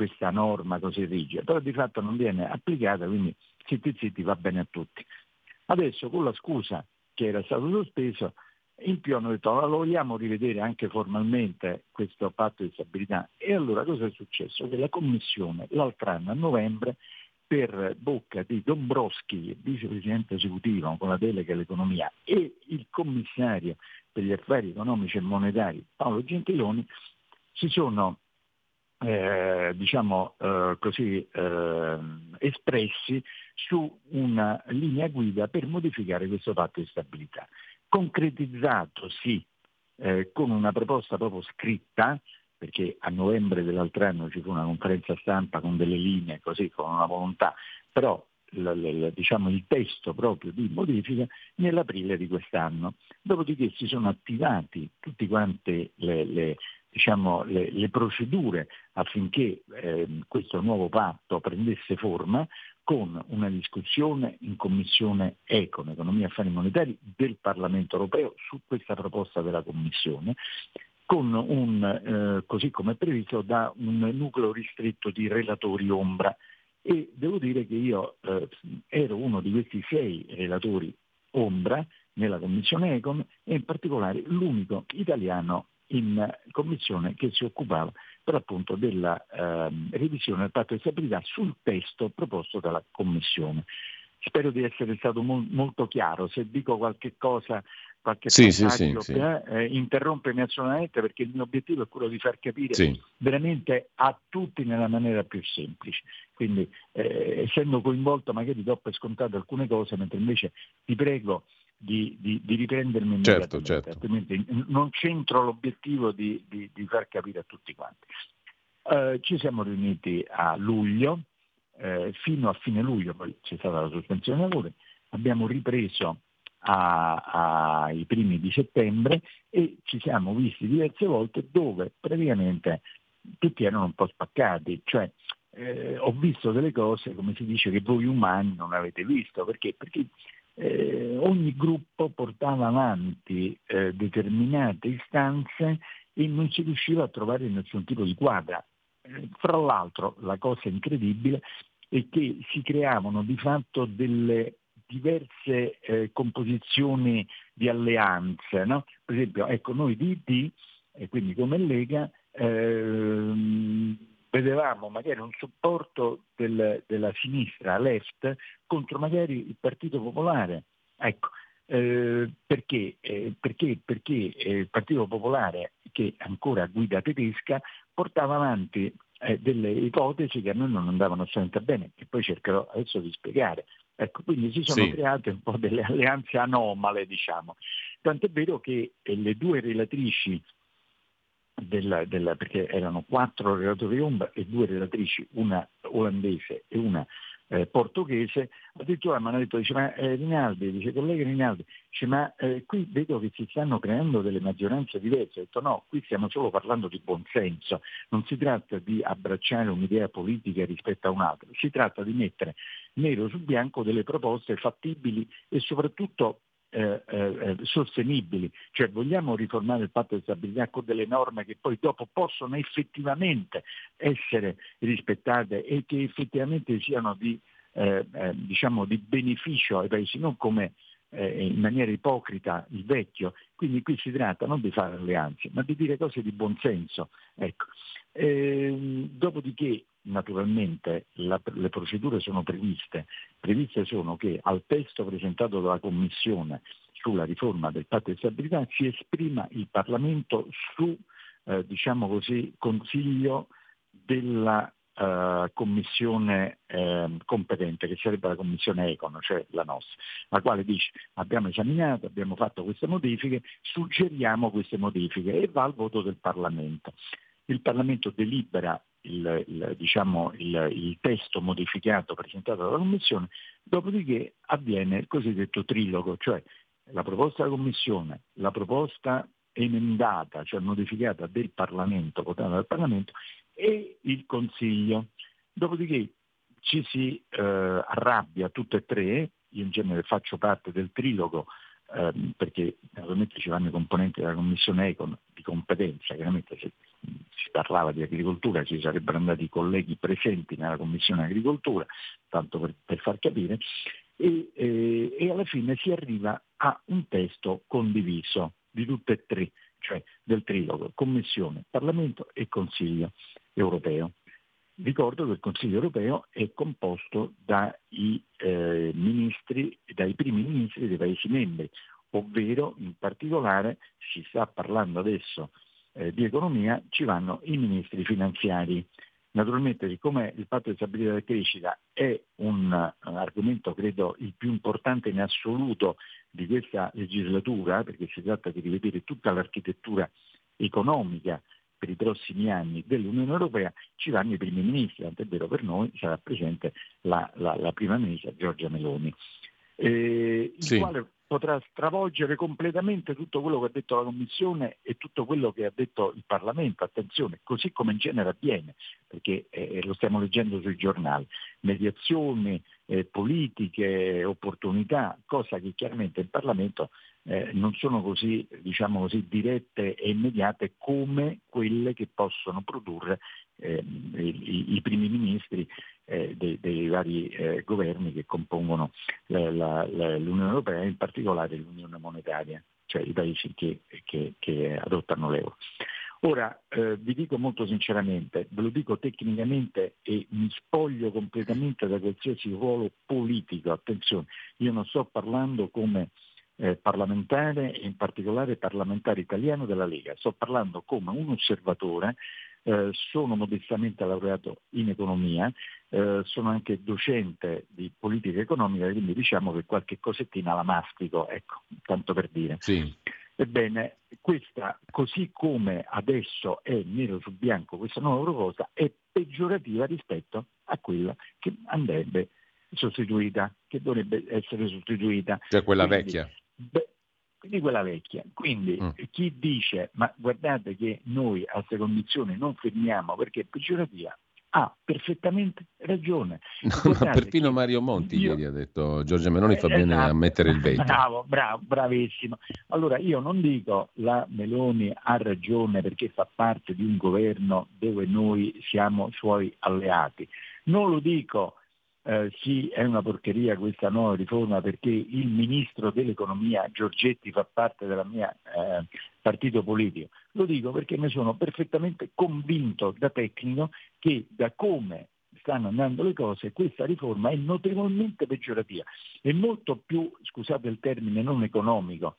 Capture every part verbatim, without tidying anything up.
questa norma così rigida, però di fatto non viene applicata, quindi zitti zitti va bene a tutti. Adesso con la scusa che era stato sospeso, in più hanno detto allora lo vogliamo rivedere anche formalmente questo patto di stabilità, e allora cosa è successo? Che la Commissione l'altro anno a novembre, per bocca di Dombrovskis, vicepresidente esecutivo con la delega all'economia, e il commissario per gli affari economici e monetari Paolo Gentiloni, si sono eh, diciamo eh, così eh, espressi su una linea guida per modificare questo patto di stabilità, concretizzato sì eh, con una proposta proprio scritta, perché a novembre dell'altro anno ci fu una conferenza stampa con delle linee, così con una volontà, però l- l- diciamo il testo proprio di modifica nell'aprile di quest'anno. Dopodiché si sono attivati tutte quante le, le, diciamo, le, le procedure affinché eh, questo nuovo patto prendesse forma, con una discussione in Commissione Econ, Economia e Affari Monetari del Parlamento Europeo su questa proposta della Commissione, con un, eh, così come previsto, da un nucleo ristretto di relatori ombra. E devo dire che io eh, ero uno di questi sei relatori ombra nella Commissione Econ, e in particolare l'unico italiano in commissione che si occupava per appunto della eh, revisione del patto di stabilità sul testo proposto dalla Commissione. Spero di essere stato mo- molto chiaro. Se dico qualche cosa, qualche Sì, sì, passaggio, sì, sì. eh, eh, interrompemi assolutamente, perché il mio obiettivo è quello di far capire Sì. veramente a tutti nella maniera più semplice. Quindi eh, essendo coinvolto magari do per scontato alcune cose, mentre invece ti prego di, di, di riprendermi Certo, immediatamente, certo. altrimenti non c'entro l'obiettivo di, di, di far capire a tutti quanti. Eh, ci siamo riuniti a luglio, eh, fino a fine luglio, poi c'è stata la sospensione dei lavori, abbiamo ripreso a- ai primi di settembre e ci siamo visti diverse volte, dove praticamente tutti erano un po' spaccati, cioè eh, ho visto delle cose, come si dice, che voi umani non avete visto. Perché? Perché eh, ogni gruppo portava avanti eh, determinate istanze e non si riusciva a trovare nessun tipo di quadra. Eh, fra l'altro la cosa incredibile è che si creavano di fatto delle diverse eh, composizioni di alleanze, no? Per esempio, ecco, noi di I T, e quindi come Lega, ehm, vedevamo magari un supporto del- della sinistra, left, contro magari il Partito Popolare. Ecco, eh, perché? Eh, perché? Perché eh, il Partito Popolare, che ancora guida tedesca, portava avanti eh, delle ipotesi che a noi non andavano assolutamente bene, che poi cercherò adesso di spiegare. Ecco, quindi si sono Sì. create un po' delle alleanze anomale, diciamo. Tant'è vero che eh, le due relatrici della, della, perché erano quattro relatori ombra e due relatrici, una olandese e una eh, portoghese, addirittura mi hanno detto, dice, ma eh, Rinaldi, dice collega Rinaldi, dice, ma eh, qui vedo che si stanno creando delle maggioranze diverse. Ho detto no, qui stiamo solo parlando di buonsenso, non si tratta di abbracciare un'idea politica rispetto a un'altra, si tratta di mettere nero su bianco delle proposte fattibili e soprattutto Eh, eh, sostenibili. Cioè vogliamo riformare il patto di stabilità con delle norme che poi dopo possono effettivamente essere rispettate e che effettivamente siano di, eh, eh, diciamo di beneficio ai paesi, non come eh, in maniera ipocrita il vecchio. Quindi qui si tratta non di fare alleanze, ma di dire cose di buonsenso. Ecco. Ehm, dopodiché naturalmente la, le procedure sono previste. Previste sono che al testo presentato dalla Commissione sulla riforma del patto di stabilità si esprima il Parlamento su, eh, diciamo così, consiglio della eh, Commissione eh, competente, che sarebbe la Commissione Econ, cioè la nostra, la quale dice abbiamo esaminato, abbiamo fatto queste modifiche, suggeriamo queste modifiche e va al voto del Parlamento. Il Parlamento delibera il, il, diciamo, il, il testo modificato presentato dalla Commissione, dopodiché avviene il cosiddetto trilogo, cioè la proposta della Commissione, la proposta emendata, cioè modificata del Parlamento, votata dal Parlamento, e il Consiglio. Dopodiché ci si eh, arrabbia tutte e tre, io in genere faccio parte del trilogo ehm, perché naturalmente ci vanno i componenti della Commissione Econ di competenza, chiaramente se si parlava di agricoltura ci sarebbero andati i colleghi presenti nella Commissione Agricoltura, tanto per, per far capire, e, eh, e alla fine si arriva a un testo condiviso di tutte e tre, cioè del trilogo, Commissione, Parlamento e Consiglio europeo. Ricordo che il Consiglio europeo è composto dai eh, ministri, dai primi ministri dei Paesi membri, ovvero in particolare si sta parlando adesso eh, di economia, ci vanno i ministri finanziari. Naturalmente, siccome il patto di stabilità e crescita è un, un argomento credo il più importante in assoluto di questa legislatura, perché si tratta di rivedere tutta l'architettura economica per i prossimi anni dell'Unione Europea, ci vanno i primi ministri, tant'è vero per noi sarà presente la, la, la prima ministra Giorgia Meloni, eh, sì. il quale potrà stravolgere completamente tutto quello che ha detto la Commissione e tutto quello che ha detto il Parlamento, attenzione, così come in genere avviene, perché eh, lo stiamo leggendo sui giornali, mediazioni, eh, politiche, opportunità, cosa che chiaramente il Parlamento eh, non sono così, diciamo così, dirette e immediate come quelle che possono produrre eh, i, i primi ministri eh, dei, dei vari eh, governi che compongono la, la, la, l'Unione Europea, in particolare l'Unione Monetaria, cioè i paesi che, che, che adottano l'euro. Ora, eh, vi dico molto sinceramente, ve lo dico tecnicamente e mi spoglio completamente da qualsiasi ruolo politico, attenzione, io non sto parlando come eh, parlamentare e in particolare parlamentare italiano della Lega, sto parlando come un osservatore, eh, sono modestamente laureato in economia, eh, sono anche docente di politica economica, quindi diciamo che qualche cosettina la mastico, ecco, tanto per dire. Sì. Ebbene, questa, così come adesso è nero su bianco questa nuova proposta, è peggiorativa rispetto a quella che andrebbe sostituita, che dovrebbe essere sostituita. Cioè quella quindi, vecchia. Beh, quindi quella vecchia. Quindi mm. chi dice ma guardate che noi a queste condizioni non fermiamo perché è peggiorativa, ha perfettamente ragione. No, ma perfino Mario Monti io, ieri ha detto Giorgia Meloni fa eh, bene a esatto, mettere il veto. Bravo, bravo, bravissimo. Allora io non dico la Meloni ha ragione perché fa parte di un governo dove noi siamo suoi alleati. Non lo dico eh, sì, è una porcheria questa nuova riforma perché il ministro dell'economia Giorgetti fa parte della mia eh, partito politico. Lo dico perché ne sono perfettamente convinto da tecnico che da come stanno andando le cose questa riforma è notevolmente peggiorativa, è molto più, scusate il termine non economico,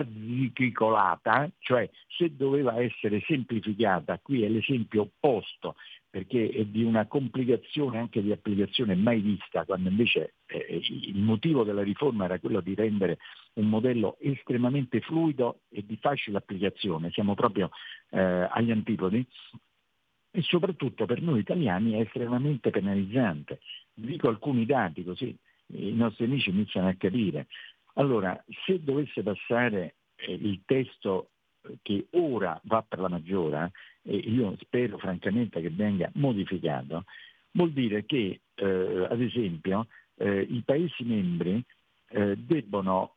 arzicolata, cioè se doveva essere semplificata, qui è l'esempio opposto, perché è di una complicazione anche di applicazione mai vista, quando invece eh, il motivo della riforma era quello di rendere un modello estremamente fluido e di facile applicazione, siamo proprio eh, agli antipodi, e soprattutto per noi italiani è estremamente penalizzante. Dico alcuni dati così i nostri amici iniziano a capire. Allora, se dovesse passare eh, il testo che ora va per la maggiore, e eh, io spero francamente che venga modificato, vuol dire che eh, ad esempio eh, i Paesi membri eh, debbono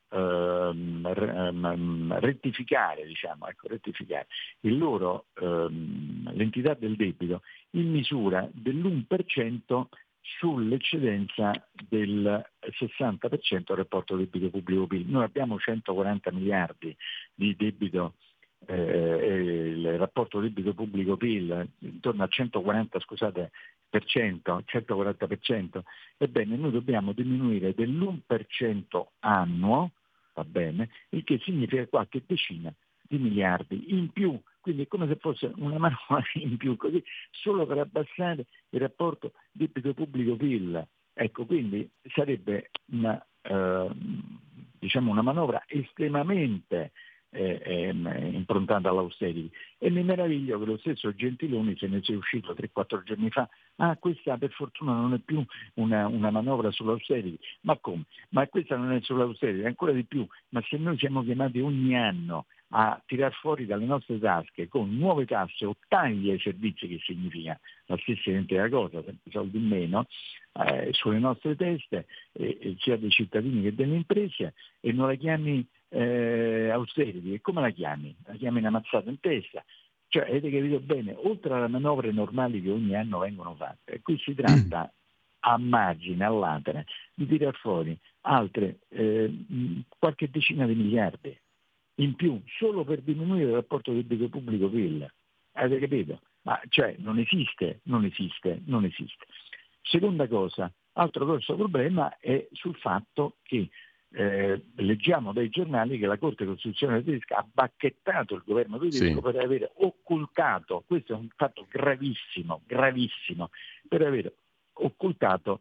ehm, rettificare, diciamo, ecco, rettificare il loro, ehm, l'entità del debito in misura dell'uno per cento sull'eccedenza del sessanta per cento del rapporto debito pubblico-P I L. Noi abbiamo centoquaranta miliardi di debito, eh, il rapporto debito pubblico-P I L intorno al centoquaranta, scusate, per cento, centoquaranta per cento. Ebbene, noi dobbiamo diminuire dell'uno per cento annuo, va bene, il che significa qualche decina di miliardi in più, quindi è come se fosse una manovra in più, così solo per abbassare il rapporto debito pubblico-P I L. Ecco, quindi sarebbe una, eh, diciamo una manovra estremamente eh, eh, improntata all'austerity, e mi meraviglio che lo stesso Gentiloni se ne sia uscito tre quattro giorni fa. Ah, questa per fortuna non è più una, una manovra sull'austerity. Ma come? Ma questa non è sull'austerity, ancora di più. Ma se noi siamo chiamati ogni anno a tirar fuori dalle nostre tasche con nuove tasse o tagli ai servizi, che significa la stessa identica cosa, sempre soldi in meno, eh, sulle nostre teste, eh, sia dei cittadini che delle imprese, e non la chiami eh, austerity, e come la chiami? La chiami una mazzata in testa? Cioè, avete capito bene, oltre alle manovre normali che ogni anno vengono fatte, qui si tratta a margine, a latere, di tirar fuori altre eh, qualche decina di miliardi in più, solo per diminuire il rapporto debito pubblico-P I L. Avete capito? Ma cioè non esiste, non esiste, non esiste. Seconda cosa, altro grosso problema è sul fatto che eh, leggiamo dai giornali che la Corte Costituzionale tedesca ha bacchettato il governo tedesco Sì. per aver occultato, questo è un fatto gravissimo, gravissimo, per aver occultato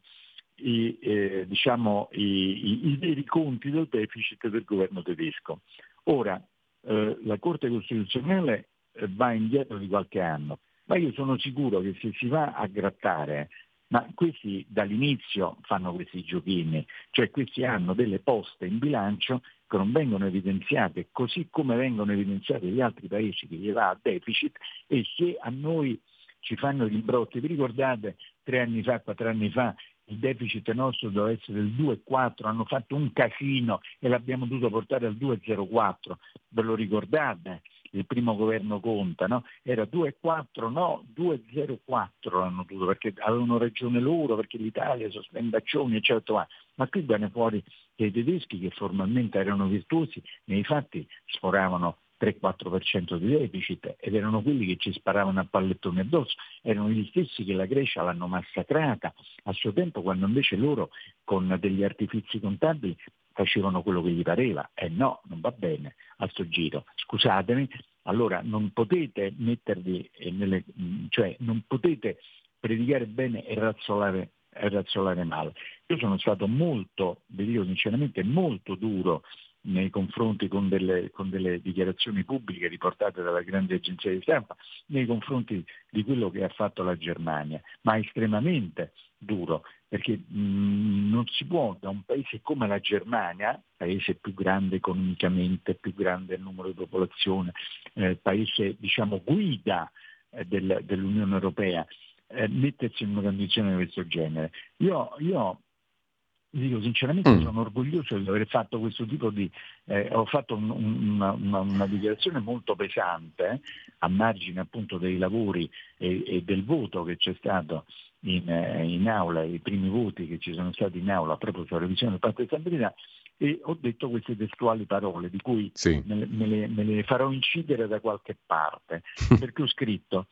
i, eh, diciamo, i, i, i veri conti del deficit del governo tedesco. Ora, eh, la Corte Costituzionale eh, va indietro di qualche anno, ma io sono sicuro che se si va a grattare, ma questi dall'inizio fanno questi giochini, cioè questi hanno delle poste in bilancio che non vengono evidenziate, così come vengono evidenziate gli altri paesi che gli va a deficit, e se a noi ci fanno rimbrotti, vi ricordate tre anni fa, quattro anni fa, il deficit nostro doveva essere del due virgola quattro, hanno fatto un casino e l'abbiamo dovuto portare al due virgola zero quattro, ve lo ricordate? Il primo governo Conte, no? Era due virgola quattro, no, due virgola zero quattro l'hanno dovuto, perché avevano ragione loro, perché l'Italia sono spendaccioni, eccetera. Ma qui viene fuori che i tedeschi, che formalmente erano virtuosi, nei fatti sforavano tre quattro per cento di deficit, ed erano quelli che ci sparavano a pallettoni addosso, erano gli stessi che la Grecia l'hanno massacrata a suo tempo, quando invece loro con degli artifici contabili facevano quello che gli pareva. E eh no, non va bene a sto giro, scusatemi, allora non potete mettervi nelle, cioè non potete predicare bene e razzolare, e razzolare male. Io sono stato molto, vi dico sinceramente, molto duro nei confronti con delle, con delle dichiarazioni pubbliche riportate dalla grande agenzia di stampa, nei confronti di quello che ha fatto la Germania, ma estremamente duro, perché mh, non si può, da un paese come la Germania, paese più grande economicamente, più grande il numero di popolazione, eh, paese diciamo guida eh, del, dell'Unione Europea, eh, mettersi in una condizione di questo genere. Io, io dico sinceramente, Mm. sono orgoglioso di aver fatto questo tipo di, eh, ho fatto un, una, una, una dichiarazione molto pesante, eh, a margine appunto dei lavori e, e del voto che c'è stato in, eh, in aula, i primi voti che ci sono stati in aula proprio sulla revisione del patto di stabilità, e ho detto queste testuali parole di cui Sì. me, me, le, me le farò incidere da qualche parte, perché ho scritto: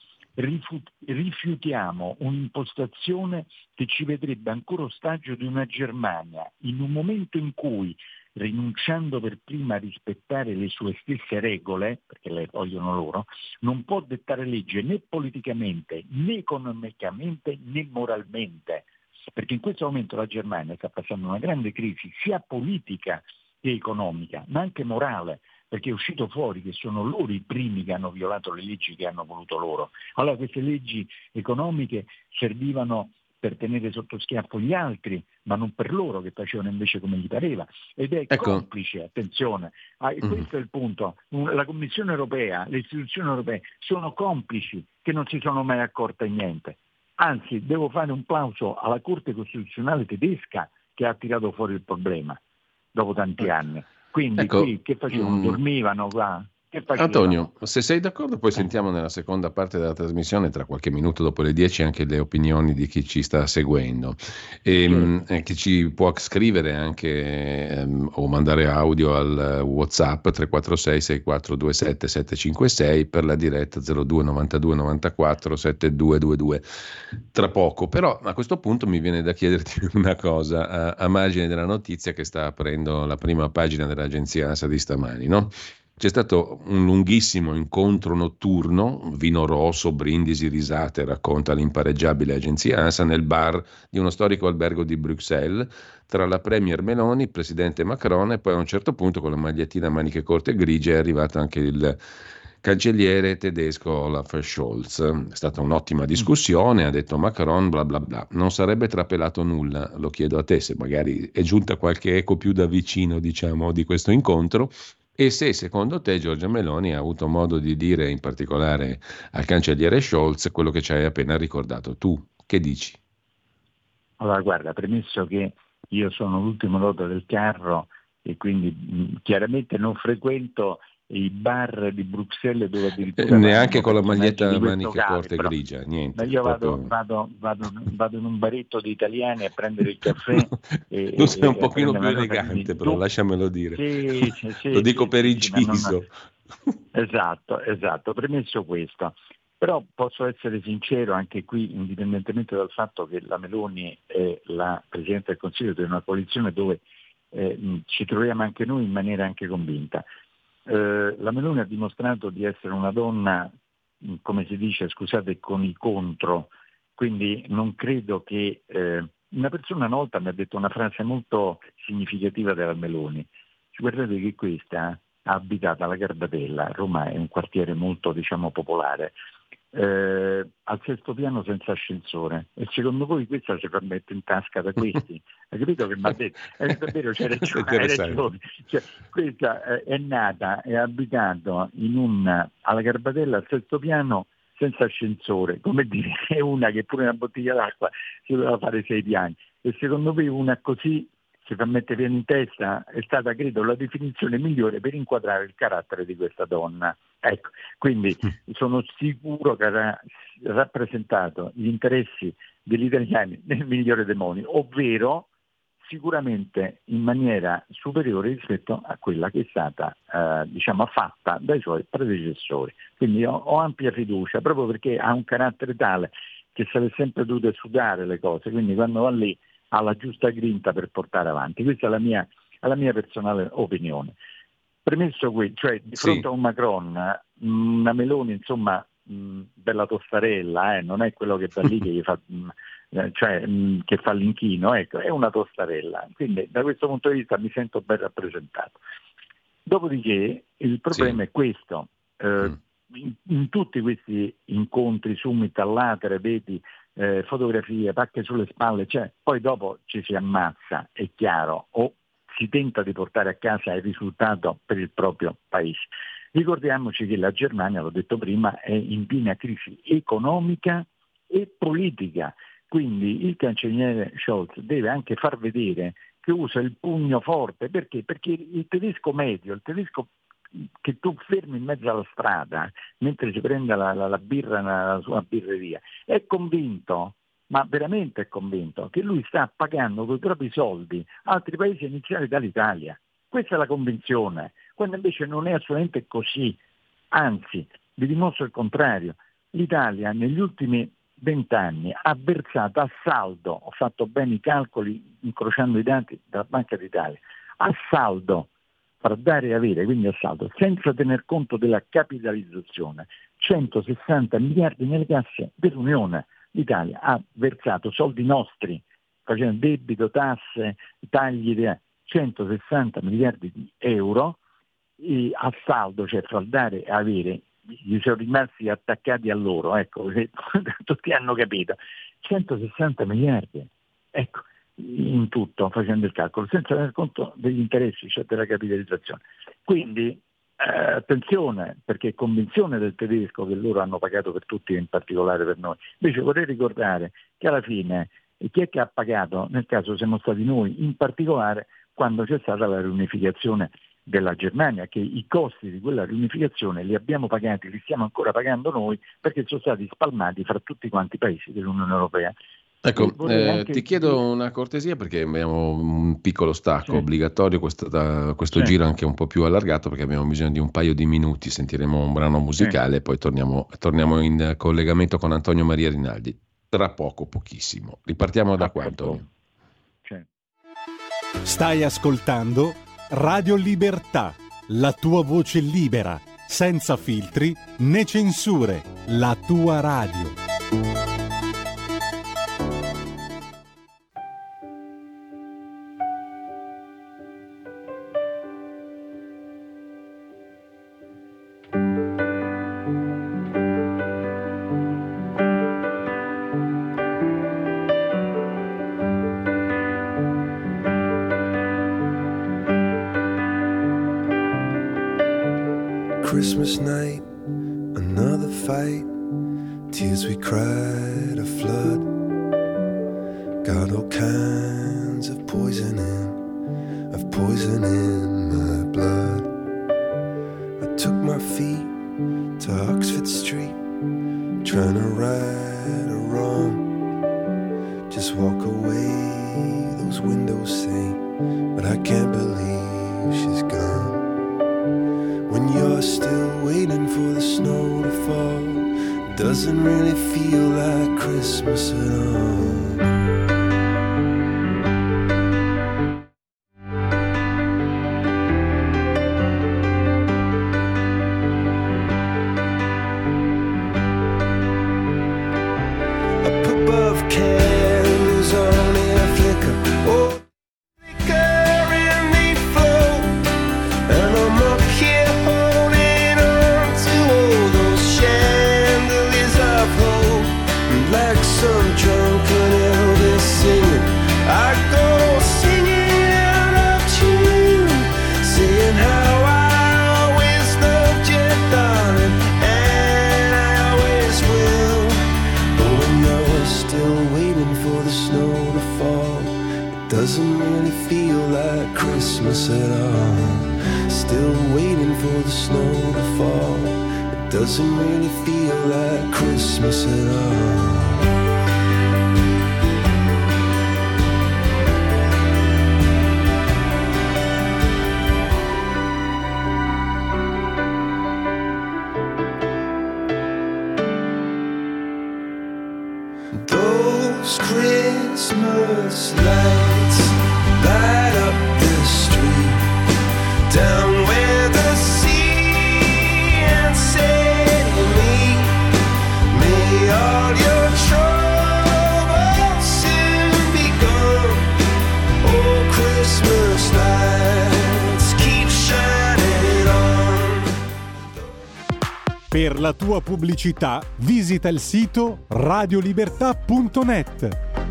rifiutiamo un'impostazione che ci vedrebbe ancora ostaggio di una Germania in un momento in cui, rinunciando per prima a rispettare le sue stesse regole, perché le vogliono loro, non può dettare legge né politicamente, né economicamente, né moralmente. Perché in questo momento la Germania sta passando una grande crisi sia politica che economica, ma anche morale, perché è uscito fuori che sono loro i primi che hanno violato le leggi che hanno voluto loro. Allora queste leggi economiche servivano per tenere sotto schiaffo gli altri, ma non per loro, che facevano invece come gli pareva. Ed è Ecco. complice, attenzione, ah, Mm. questo è il punto. La Commissione europea, le istituzioni europee sono complici, che non si sono mai accorte di niente. Anzi, devo fare un plauso alla Corte Costituzionale tedesca, che ha tirato fuori il problema dopo tanti anni. Quindi Ecco, qui che facevano? mm, Dormivano qua? Che facevano? Antonio, se sei d'accordo, poi sentiamo nella seconda parte della trasmissione, tra qualche minuto dopo le dieci, anche le opinioni di chi ci sta seguendo, e, Certo. eh, chi ci può scrivere anche ehm, o mandare audio al WhatsApp tre quattro sei sei quattro due sette sette cinque sei per la diretta zero due novantadue novantaquattro settantadue ventidue tra poco. Però a questo punto mi viene da chiederti una cosa, a, a margine della notizia che sta aprendo la prima pagina dell'agenzia ANSA di stamani, no? C'è stato un lunghissimo incontro notturno, vino rosso, brindisi, risate, racconta l'impareggiabile agenzia ANSA, nel bar di uno storico albergo di Bruxelles, tra la premier Meloni, il presidente Macron, e poi a un certo punto con la magliettina a maniche corte grigie è arrivato anche il cancelliere tedesco Olaf Scholz. È stata un'ottima discussione, ha detto Macron, bla bla bla. Non sarebbe trapelato nulla, lo chiedo a te se magari è giunta qualche eco più da vicino, diciamo, di questo incontro. E se secondo te Giorgia Meloni ha avuto modo di dire in particolare al cancelliere Scholz quello che ci hai appena ricordato tu, che dici? Allora guarda, premesso che io sono l'ultimo loto del carro e quindi mh, chiaramente non frequento i bar di Bruxelles dove addirittura neanche con la maglietta a maniche corte grigia, niente. Ma io vado, proprio... vado, vado, vado in un baretto di italiani a prendere il caffè e, tu sei un e pochino più nota, elegante, però tu... lasciamelo dire. sì, sì, sì, lo dico sì, per sì, sì, inciso. Non... esatto, esatto, premesso questo. Però posso essere sincero anche qui, indipendentemente dal fatto che la Meloni è la Presidente del Consiglio di una coalizione dove eh, ci troviamo anche noi in maniera anche convinta. Eh, la Meloni ha dimostrato di essere una donna, come si dice, scusate, con i contro, quindi non credo che eh, una persona una volta mi ha detto una frase molto significativa della Meloni. Guardate che questa ha abitato alla Garbatella, Roma è un quartiere molto, diciamo, popolare, eh, al sesto piano senza ascensore, e secondo voi questa si permette in tasca da questi? Hai capito che mi ha detto? È davvero, c'è ragione, hai ragione. Cioè, questa eh, è nata e ha abitato in un, alla Garbatella al sesto piano senza ascensore, come dire, è una che pure una bottiglia d'acqua si doveva fare sei piani, e secondo me una così si fa mettere piano in testa è stata, credo, la definizione migliore per inquadrare il carattere di questa donna. Ecco, quindi sono sicuro che avrà rappresentato gli interessi degli italiani nel migliore dei modi, ovvero sicuramente in maniera superiore rispetto a quella che è stata eh, diciamo fatta dai suoi predecessori. Quindi io ho ampia fiducia, proprio perché ha un carattere tale che si è sempre dovuto sudare le cose, quindi quando va lì ha la giusta grinta per portare avanti. Questa è la mia, è la mia personale opinione. Premesso qui, cioè di fronte sì. a un Macron, una Meloni, insomma, mh, bella tostarella, eh, non è quello che va lì che gli fa, mh, cioè, mh, che fa l'inchino, ecco, è una tostarella. Quindi da questo punto di vista mi sento ben rappresentato. Dopodiché il problema sì. è questo. Eh, mm. in, in tutti questi incontri, summit all'atere, vedi, eh, fotografie, pacche sulle spalle, cioè, poi dopo ci si ammazza, è chiaro, o si tenta di portare a casa il risultato per il proprio paese. Ricordiamoci che la Germania, l'ho detto prima, è in piena crisi economica e politica, quindi il cancelliere Scholz deve anche far vedere che usa il pugno forte, perché? Perché il tedesco medio, il tedesco che tu fermi in mezzo alla strada mentre si prende la, la, la birra nella sua birreria, è convinto, ma veramente è convinto, che lui sta pagando con i propri soldi altri paesi iniziali dall'Italia. Questa è la convinzione, quando invece non è assolutamente così, anzi, vi dimostro il contrario. L'Italia negli ultimi vent'anni ha versato a saldo, ho fatto bene i calcoli incrociando i dati della Banca d'Italia, a saldo, per dare e avere, quindi a saldo, senza tener conto della capitalizzazione, centosessanta miliardi nelle casse dell'Unione. L'Italia ha versato soldi nostri, facendo debito, tasse, tagli di centosessanta miliardi di euro e a saldo, cioè fra dare e avere, gli sono rimasti attaccati a loro, ecco, tutti hanno capito, centosessanta miliardi, ecco, in tutto, facendo il calcolo, senza tener conto degli interessi, cioè della capitalizzazione. Quindi eh, attenzione, perché è convinzione del tedesco che loro hanno pagato per tutti e in particolare per noi. Invece vorrei ricordare che alla fine chi è che ha pagato? Nel caso siamo stati noi, in particolare quando c'è stata la riunificazione della Germania, che i costi di quella riunificazione li abbiamo pagati, li stiamo ancora pagando noi, perché sono stati spalmati fra tutti quanti i paesi dell'Unione Europea. Ecco, eh, anche ti chiedo dire... una cortesia perché abbiamo un piccolo stacco sì. obbligatorio, questo, da, questo sì. giro anche un po' più allargato perché abbiamo bisogno di un paio di minuti, sentiremo un brano musicale e poi torniamo, torniamo in collegamento con Antonio Maria Rinaldi. Tra poco, pochissimo. Ripartiamo da qua, Antonio. Sì. Stai ascoltando Radio Libertà, la tua voce libera, senza filtri né censure, la tua radio. Christmas night, another fight, tears we cried a flood. Got all kinds of poison in, of poison in my blood. I took my feet to Oxford Street, trying to right a wrong. Just walk away, those windows say, but I can't believe she's gone. When you're still waiting for the snow to fall, it doesn't really feel like Christmas at all. Per la tua pubblicità visita il sito radiolibertà punto net.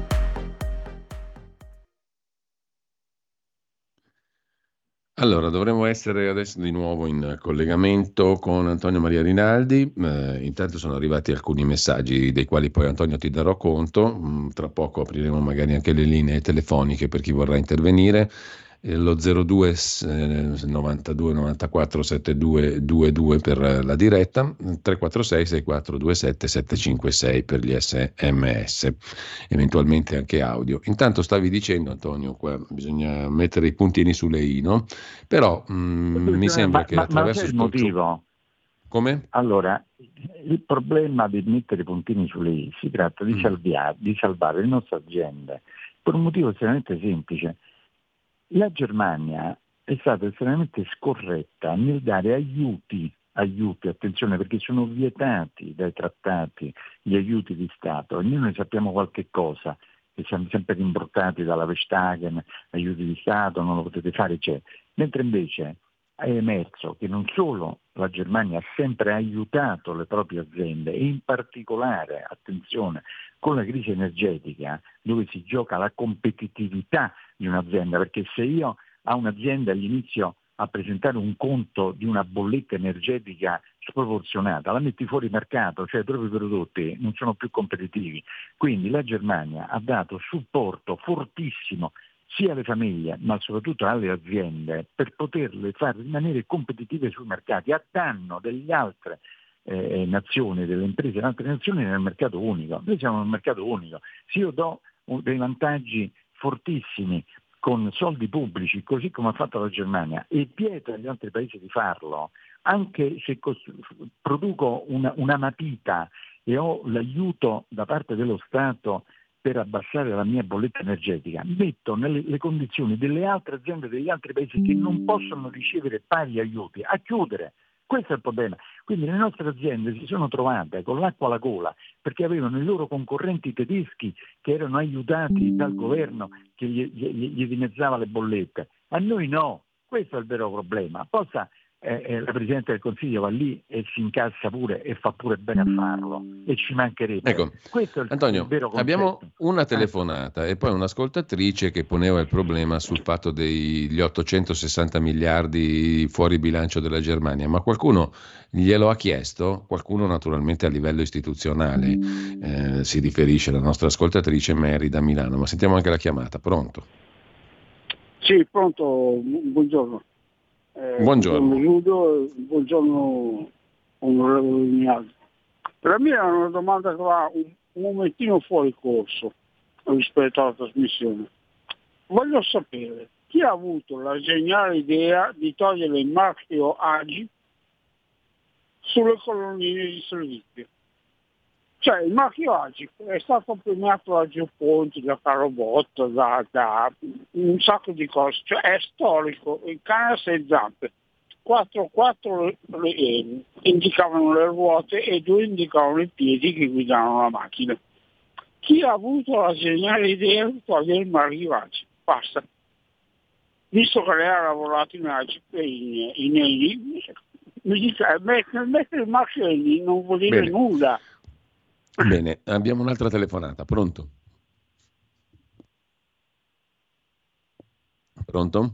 Allora, dovremmo essere adesso di nuovo in collegamento con Antonio Maria Rinaldi. Eh, intanto sono arrivati alcuni messaggi dei quali poi Antonio ti darò conto. Mm, tra poco apriremo magari anche le linee telefoniche per chi vorrà intervenire. Lo zero due novantadue novantaquattro settantadue ventidue per la diretta, tre quattro sei sei quattro due sette sette cinque sei per gli sms, eventualmente anche audio. Intanto stavi dicendo, Antonio, qua bisogna mettere i puntini sulle i, no? Però mh, mi sembra ma, che ma, attraverso ma c'è il motivo. Come? Allora, il problema di mettere i puntini sulle i si tratta di, mm. salvia, di salvare le nostre aziende per un motivo estremamente semplice. La Germania è stata estremamente scorretta nel dare aiuti, aiuti, attenzione, perché sono vietati dai trattati gli aiuti di Stato, e noi ne sappiamo qualche cosa, che siamo sempre rimbrottati dalla Vestagen, aiuti di Stato, non lo potete fare, c'è. Mentre invece è emerso che non solo la Germania ha sempre aiutato le proprie aziende, e in particolare, attenzione, con la crisi energetica, dove si gioca la competitività di un'azienda, perché se io a un'azienda gli inizio a presentare un conto di una bolletta energetica sproporzionata, la metti fuori mercato, cioè i propri prodotti non sono più competitivi. Quindi la Germania ha dato supporto fortissimo sia alle famiglie ma soprattutto alle aziende per poterle far rimanere competitive sui mercati a danno delle altre eh, nazioni, delle imprese delle altre nazioni nel mercato unico. Noi siamo nel mercato unico, se io do dei vantaggi fortissimi con soldi pubblici, così come ha fatto la Germania, e vieto agli altri paesi di farlo, anche se costru- produco una, una matita e ho l'aiuto da parte dello Stato per abbassare la mia bolletta energetica, metto nelle le condizioni delle altre aziende degli altri paesi che non possono ricevere pari aiuti a chiudere. Questo è il problema. Quindi le nostre aziende si sono trovate con l'acqua alla gola perché avevano i loro concorrenti tedeschi che erano aiutati dal governo che gli, gli, gli dimezzava le bollette. A noi no, questo è il vero problema. Possa eh, eh, la Presidente del Consiglio va lì e si incassa pure e fa pure bene a farlo, e ci mancherebbe. Ecco, questo è il, Antonio, il vero concetto. Abbiamo una telefonata e poi un'ascoltatrice che poneva il problema sul fatto degli ottocentosessanta miliardi fuori bilancio della Germania, ma qualcuno glielo ha chiesto, qualcuno naturalmente a livello istituzionale, eh, si riferisce alla nostra ascoltatrice Mary da Milano, ma sentiamo anche la chiamata. Pronto? Sì, pronto, buongiorno. Eh, buongiorno. Buongiorno, buongiorno onorevole Vignali. Per me è una domanda che va un, un momentino fuori corso rispetto alla trasmissione. Voglio sapere chi ha avuto la geniale idea di togliere il marchio Agip sulle colonnine di servizio. Cioè il marchio Agip è stato premiato da Geoponti, da Carobot, da, da un sacco di cose, cioè è storico, il cane a sei zampe, quattro, quattro eh, indicavano le ruote e due indicavano i piedi che guidavano la macchina. Chi ha avuto la geniale idea di togliere il marchio Agip? Basta. Visto che lei ha lavorato in Agip e in, in Eni, mi dice, mettere, mettere il marchio Eni non vuol dire Bene. nulla. Bene, abbiamo un'altra telefonata, pronto? Pronto?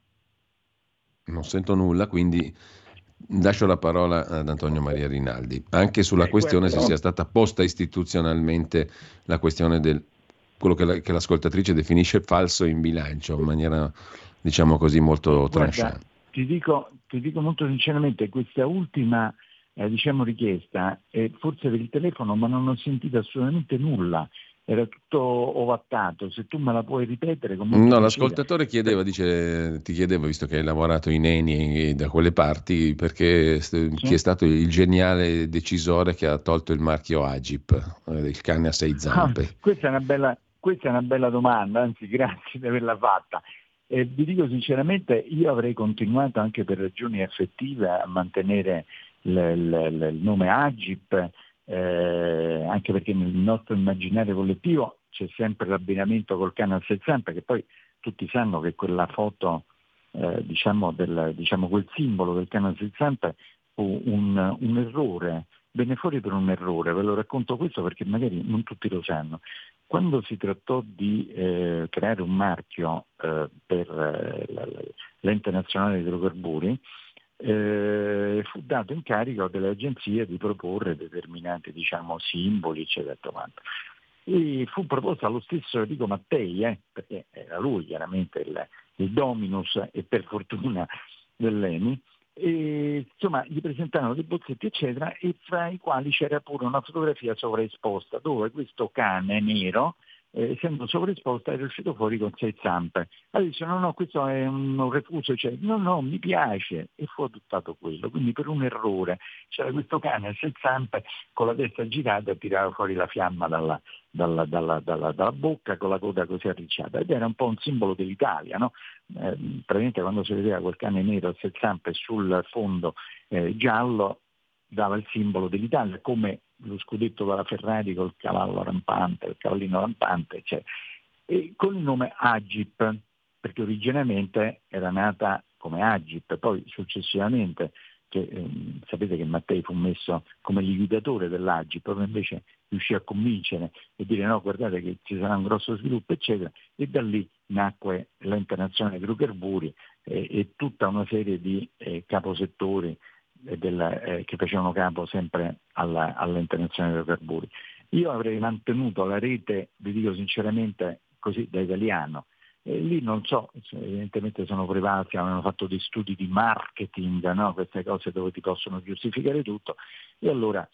Non sento nulla, quindi lascio la parola ad Antonio Maria Rinaldi. Anche sulla Eh, questione guarda, se sia stata posta istituzionalmente la questione del quello che, la, che l'ascoltatrice definisce falso in bilancio, in maniera, diciamo così, molto guarda, tranchant. ti dico, ti dico molto sinceramente, questa ultima eh, diciamo richiesta è forse per il telefono, ma non ho sentito assolutamente nulla. Era tutto ovattato, se tu me la puoi ripetere con molto No, piacere. l'ascoltatore chiedeva, dice, ti chiedevo, visto che hai lavorato in Eni e da quelle parti, perché st- chi è stato il geniale decisore che ha tolto il marchio Agip, eh, il cane a sei zampe? Ah, questa è una bella, questa è una bella domanda, anzi grazie di averla fatta. Eh, vi dico sinceramente, io avrei continuato anche per ragioni affettive a mantenere l- l- l- il nome Agip, eh, anche perché nel nostro immaginario collettivo c'è sempre l'abbinamento col cane a sei zampe, che poi tutti sanno che quella foto, eh, diciamo, del, diciamo quel simbolo del cane a sei zampe fu un, un errore, venne fuori per un errore, ve lo racconto questo perché magari non tutti lo sanno. Quando si trattò di eh, creare un marchio eh, per eh, l'Ente Nazionale dei Idrocarburi, eh, fu dato incarico delle agenzie di proporre determinati, diciamo, simboli, eccetera. E fu proposto allo stesso Enrico Mattei, eh, perché era lui chiaramente il, il dominus e per fortuna dell'Eni, e, insomma gli presentarono dei bozzetti eccetera, e fra i quali c'era pure una fotografia sovraesposta dove questo cane nero, eh, essendo sovraesposta, era uscito fuori con sei zampe. Allora dice no no, questo è un, un refuso, cioè, no no, mi piace, e fu adottato quello. Quindi per un errore c'era questo cane a sei zampe con la testa girata e tirava fuori la fiamma dalla, dalla, dalla, dalla, dalla bocca con la coda così arricciata, ed era un po' un simbolo dell'Italia, no? Eh, praticamente quando si vedeva quel cane nero a sei zampe sul fondo eh, giallo dava il simbolo dell'Italia, come lo scudetto della Ferrari col cavallo rampante, il cavallino rampante, cioè, e con il nome Agip, perché originariamente era nata come Agip, poi successivamente, che, ehm, sapete che Mattei fu messo come liquidatore dell'Agip, proprio invece riuscì a convincere e dire no, guardate che ci sarà un grosso sviluppo, eccetera, e da lì nacque l'Ente Nazionale dei Idrocarburi eh, e tutta una serie di eh, caposettori eh, del, eh, che facevano capo sempre alla, all'Ente Nazionale dei Idrocarburi. Io avrei mantenuto la rete, vi dico sinceramente, così da italiano. E lì non so, evidentemente sono privati, avevano fatto dei studi di marketing, no? Queste cose dove ti possono giustificare tutto, e allora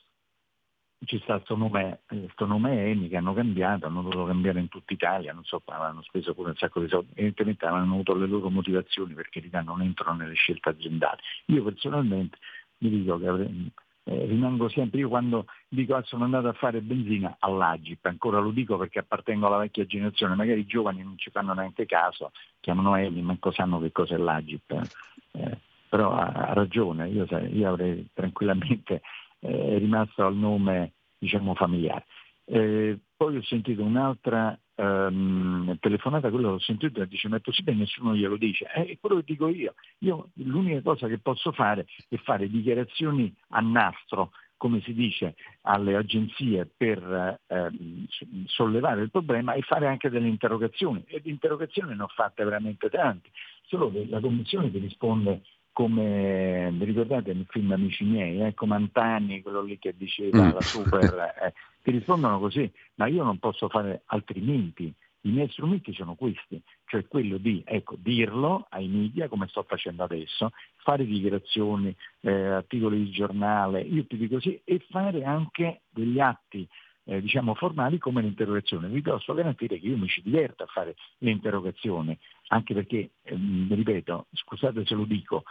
ci sta questo nome, questo nome Eni che hanno cambiato, hanno dovuto cambiare in tutta Italia, non so, avevano speso pure un sacco di soldi, evidentemente avevano avuto le loro motivazioni, perché in realtà non entrano nelle scelte aziendali. Io personalmente mi dico che avrei, eh, rimango sempre, io quando dico ah, sono andato a fare benzina all'Agip, ancora lo dico perché appartengo alla vecchia generazione, magari i giovani non ci fanno neanche caso, chiamano Eni, manco sanno che cos'è l'Agip, eh, però ha, ha ragione, io, io avrei tranquillamente è rimasto al nome, diciamo, familiare. Eh, poi ho sentito un'altra um, telefonata, quello l'ho sentito e dice ma è possibile, nessuno glielo dice, eh, è quello che dico io. Io l'unica cosa che posso fare è fare dichiarazioni a nastro, come si dice, alle agenzie per eh, sollevare il problema e fare anche delle interrogazioni, e di interrogazioni ne ho fatte veramente tante, solo che la commissione ti risponde come, vi ricordate nel film Amici miei, eh, Comantani, quello lì che diceva Mm. la super, eh, ti rispondono così, ma io non posso fare altrimenti, I miei strumenti sono questi, cioè quello di ecco, dirlo ai media come sto facendo adesso, fare dichiarazioni, eh, articoli di giornale, io ti dico così, e fare anche degli atti eh, diciamo formali come l'interrogazione. Vi posso garantire che io mi ci diverto a fare le interrogazioni, anche perché, ehm, ripeto, scusate se lo dico,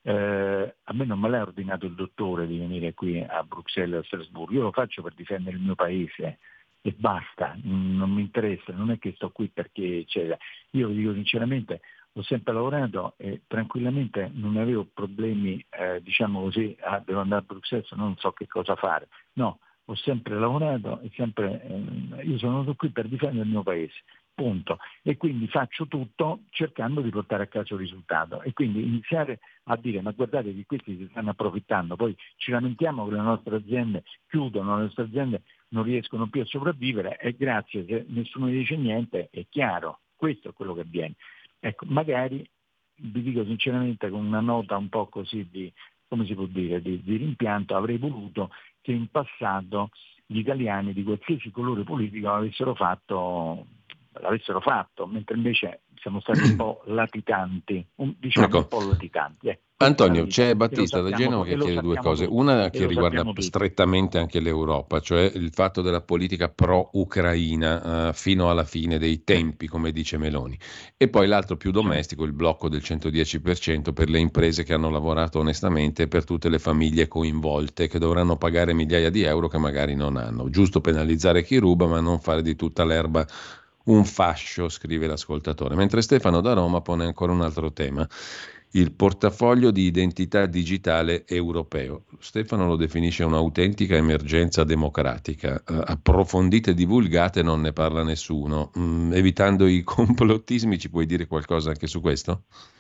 eh, a me non me l'ha ordinato il dottore di venire qui a Bruxelles, a Strasburgo, io lo faccio per difendere il mio paese. E basta, non mi interessa, non è che sto qui perché c'era. Io vi dico sinceramente, ho sempre lavorato e tranquillamente non avevo problemi, eh, diciamo così, ah, devo andare a Bruxelles, non so che cosa fare. No, ho sempre lavorato e sempre, eh, io sono venuto qui per difendere il mio paese, punto. E quindi faccio tutto cercando di portare a casa il risultato. E quindi iniziare a dire ma guardate che questi si stanno approfittando, poi ci lamentiamo che le nostre aziende chiudono, le nostre aziende non riescono più a sopravvivere e grazie, se nessuno dice niente è chiaro, questo è quello che avviene. Ecco, magari vi dico sinceramente con una nota un po' così di, come si può dire, di, di rimpianto, avrei voluto che in passato gli italiani di qualsiasi colore politico avessero fatto, l'avessero fatto, mentre invece siamo stati un po' latitanti, un, diciamo ecco. un po' latitanti. Eh. Antonio, c'è Battista da Genova che chiede due cose. Tutti, Una che riguarda strettamente anche l'Europa, cioè il fatto della politica pro-ucraina uh, fino alla fine dei tempi, come dice Meloni. E poi l'altro più domestico, il blocco del centodieci per cento per le imprese che hanno lavorato onestamente e per tutte le famiglie coinvolte che dovranno pagare migliaia di euro che magari non hanno. Giusto penalizzare chi ruba, ma non fare di tutta l'erba un fascio, scrive l'ascoltatore. Mentre Stefano da Roma pone ancora un altro tema. Il portafoglio di identità digitale europeo. Stefano lo definisce un'autentica emergenza democratica. Uh, approfondite e divulgate non ne parla nessuno. Mm, evitando i complottismi, ci puoi dire qualcosa anche su questo?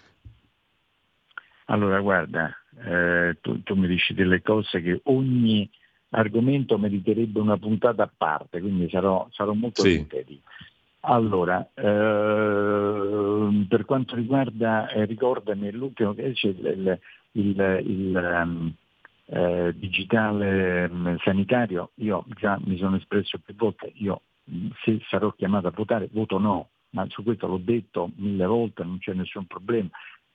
Allora, guarda, eh, tu, tu mi dici delle cose che ogni argomento meriterebbe una puntata a parte, quindi sarò, sarò molto sì. sintetico. Allora, eh, per quanto riguarda, eh, ricordami l'ultimo che c'è il, il, il um, eh, digitale um, sanitario, io già mi sono espresso più volte, io se sarò chiamato a votare voto no, ma su questo l'ho detto mille volte, non c'è nessun problema.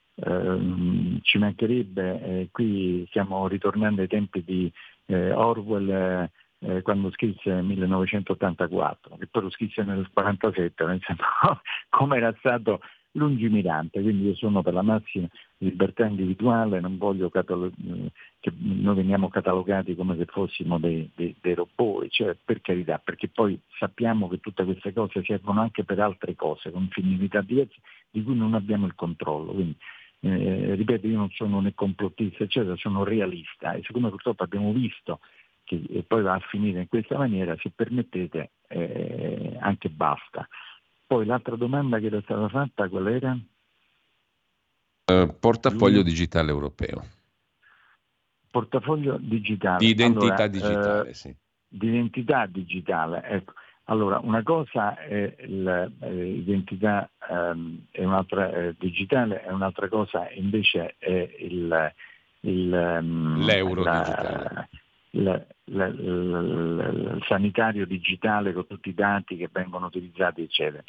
Eh, ci mancherebbe, eh, qui stiamo ritornando ai tempi di eh, Orwell, eh, Eh, quando scrisse millenovecentottantaquattro, che poi lo scrisse nel quarantasette, nel senso come era stato lungimirante, quindi io sono per la massima libertà individuale, non voglio catalog- che noi veniamo catalogati come se fossimo dei, dei, dei robot, cioè, per carità, perché poi sappiamo che tutte queste cose servono anche per altre cose, con finalità diverse di cui non abbiamo il controllo. Quindi, eh, ripeto, io non sono né complottista, eccetera, sono realista e siccome purtroppo abbiamo visto che e poi va a finire in questa maniera, se permettete, eh, anche basta. Poi l'altra domanda che era stata fatta, qual era? Uh, portafoglio Lui? digitale europeo. Portafoglio digitale. Di identità allora, digitale, eh, sì. Di identità digitale, ecco. Allora, una cosa è l'identità ehm, è un'altra eh, digitale, e un'altra cosa invece è il, il, um, l'euro la, digitale. Il, il, il, il sanitario digitale con tutti i dati che vengono utilizzati, eccetera.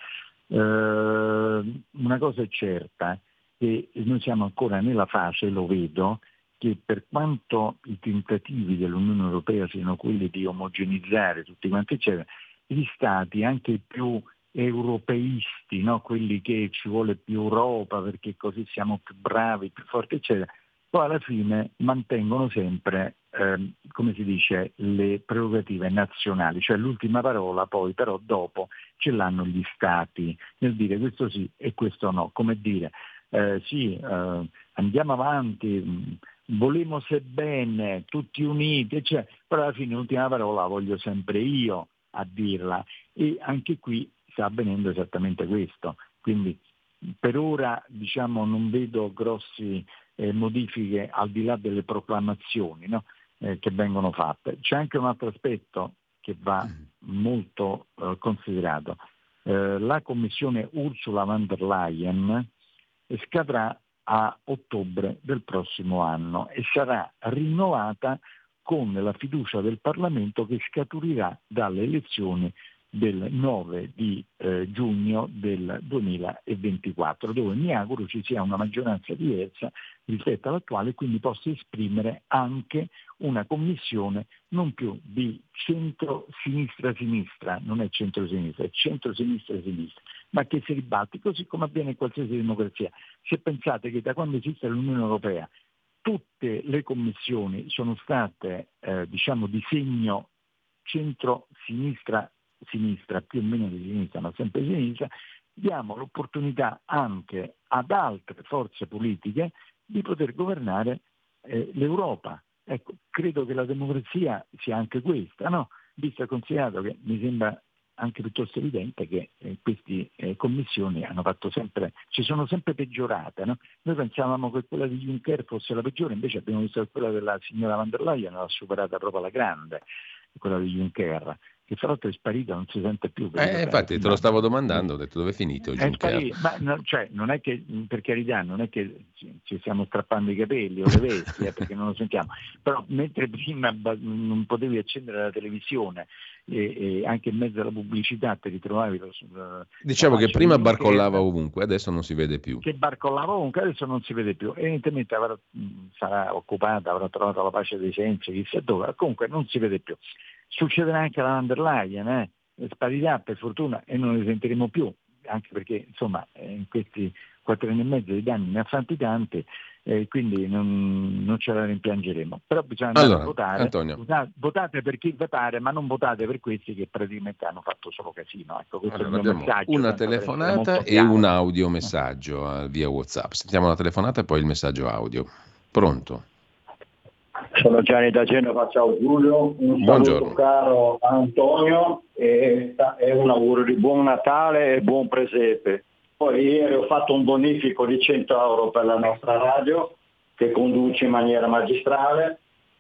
Eh, una cosa è certa, che noi siamo ancora nella fase, lo vedo, che per quanto i tentativi dell'Unione Europea siano quelli di omogenizzare tutti quanti, eccetera, gli stati anche più europeisti, no? Quelli che ci vuole più Europa perché così siamo più bravi, più forti, eccetera, poi alla fine mantengono sempre, eh, come si dice, le prerogative nazionali, cioè l'ultima parola poi però dopo ce l'hanno gli stati nel dire questo sì e questo no, come dire eh, sì, eh, andiamo avanti, mh, volemo se bene, tutti uniti, cioè, però alla fine l'ultima parola la voglio sempre io a dirla e anche qui sta avvenendo esattamente questo, quindi per ora diciamo non vedo grossi eh, modifiche al di là delle proclamazioni, no? eh, che vengono fatte. C'è anche un altro aspetto che va molto eh, considerato. Eh, la commissione Ursula von der Leyen scadrà a ottobre del prossimo anno e sarà rinnovata con la fiducia del Parlamento che scaturirà dalle elezioni del nove di eh, giugno del duemilaventiquattro, dove mi auguro ci sia una maggioranza diversa rispetto all'attuale e quindi possa esprimere anche una commissione non più di centro-sinistra-sinistra, non è centro-sinistra, è centro-sinistra-sinistra, ma che si ribatte, così come avviene in qualsiasi democrazia. Se pensate che da quando esiste l'Unione Europea tutte le commissioni sono state eh, diciamo di segno centro-sinistra, sinistra, più o meno di sinistra, ma sempre di sinistra, diamo l'opportunità anche ad altre forze politiche di poter governare eh, l'Europa. Ecco, credo che la democrazia sia anche questa, no? Visto e considerato che mi sembra anche piuttosto evidente che eh, queste eh, commissioni hanno fatto sempre, ci sono sempre peggiorate, no? Noi pensavamo che quella di Juncker fosse la peggiore, invece abbiamo visto che quella della signora van der Leyen l'ha superata proprio alla grande, quella di Juncker, che fra l'altro è sparita, non si sente più. Eh, infatti te lo stavo domandando, ho detto dove è finito è Juncker? Sparito, ma no, cioè, non è che, per carità, non è che ci, ci stiamo strappando i capelli o le vesti, eh, perché non lo sentiamo, però mentre prima ba- non potevi accendere la televisione e, e anche in mezzo alla pubblicità ti ritrovavi lo, la, diciamo la che prima di barcollava Juncker, ovunque, adesso non si vede più. che barcollava ovunque, adesso non si vede più, evidentemente avrà, sarà occupata, avrà trovato la pace dei sensi, chissà dove, comunque non si vede più. Succederà anche alla van der Leyen, eh? Sparirà per fortuna e non ne sentiremo più, anche perché insomma in questi quattro anni e mezzo di danni ne ha fatti tanti, eh, quindi non, non ce la rimpiangeremo. Però bisogna andare Allora, a votare, Antonio, votate, votate per chi votare, ma non votate per questi che praticamente hanno fatto solo casino. Ecco, questo allora è il mio abbiamo messaggio. una tanto per essere telefonata molto e chiaro. un audio messaggio eh, via WhatsApp. Sentiamo la telefonata e poi il messaggio audio. Pronto? Sono Gianni da Genova, ciao Giulio, un Buongiorno. saluto caro Antonio e, e un augurio di buon Natale e buon presepe. Poi ieri ho fatto un bonifico di cento euro per la nostra radio che conduce in maniera magistrale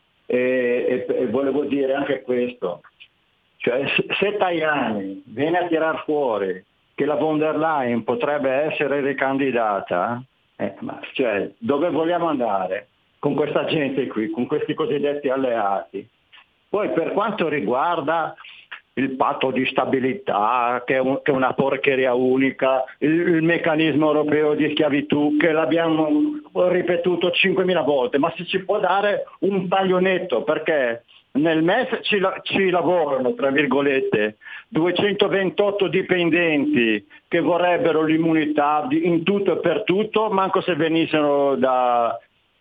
e, e, e volevo dire anche questo, cioè se, se Tajani viene a tirar fuori che la von der Leyen potrebbe essere ricandidata, eh, ma cioè, dove vogliamo andare? Con questa gente qui, con questi cosiddetti alleati. Poi per quanto riguarda il patto di stabilità, che è, un, che è una porcheria unica, il, il meccanismo europeo di schiavitù, che l'abbiamo ripetuto cinquemila volte, ma se ci può dare un taglionetto, perché nel M E S ci, ci lavorano, tra virgolette, duecentoventotto dipendenti che vorrebbero l'immunità di, in tutto e per tutto, manco se venissero da...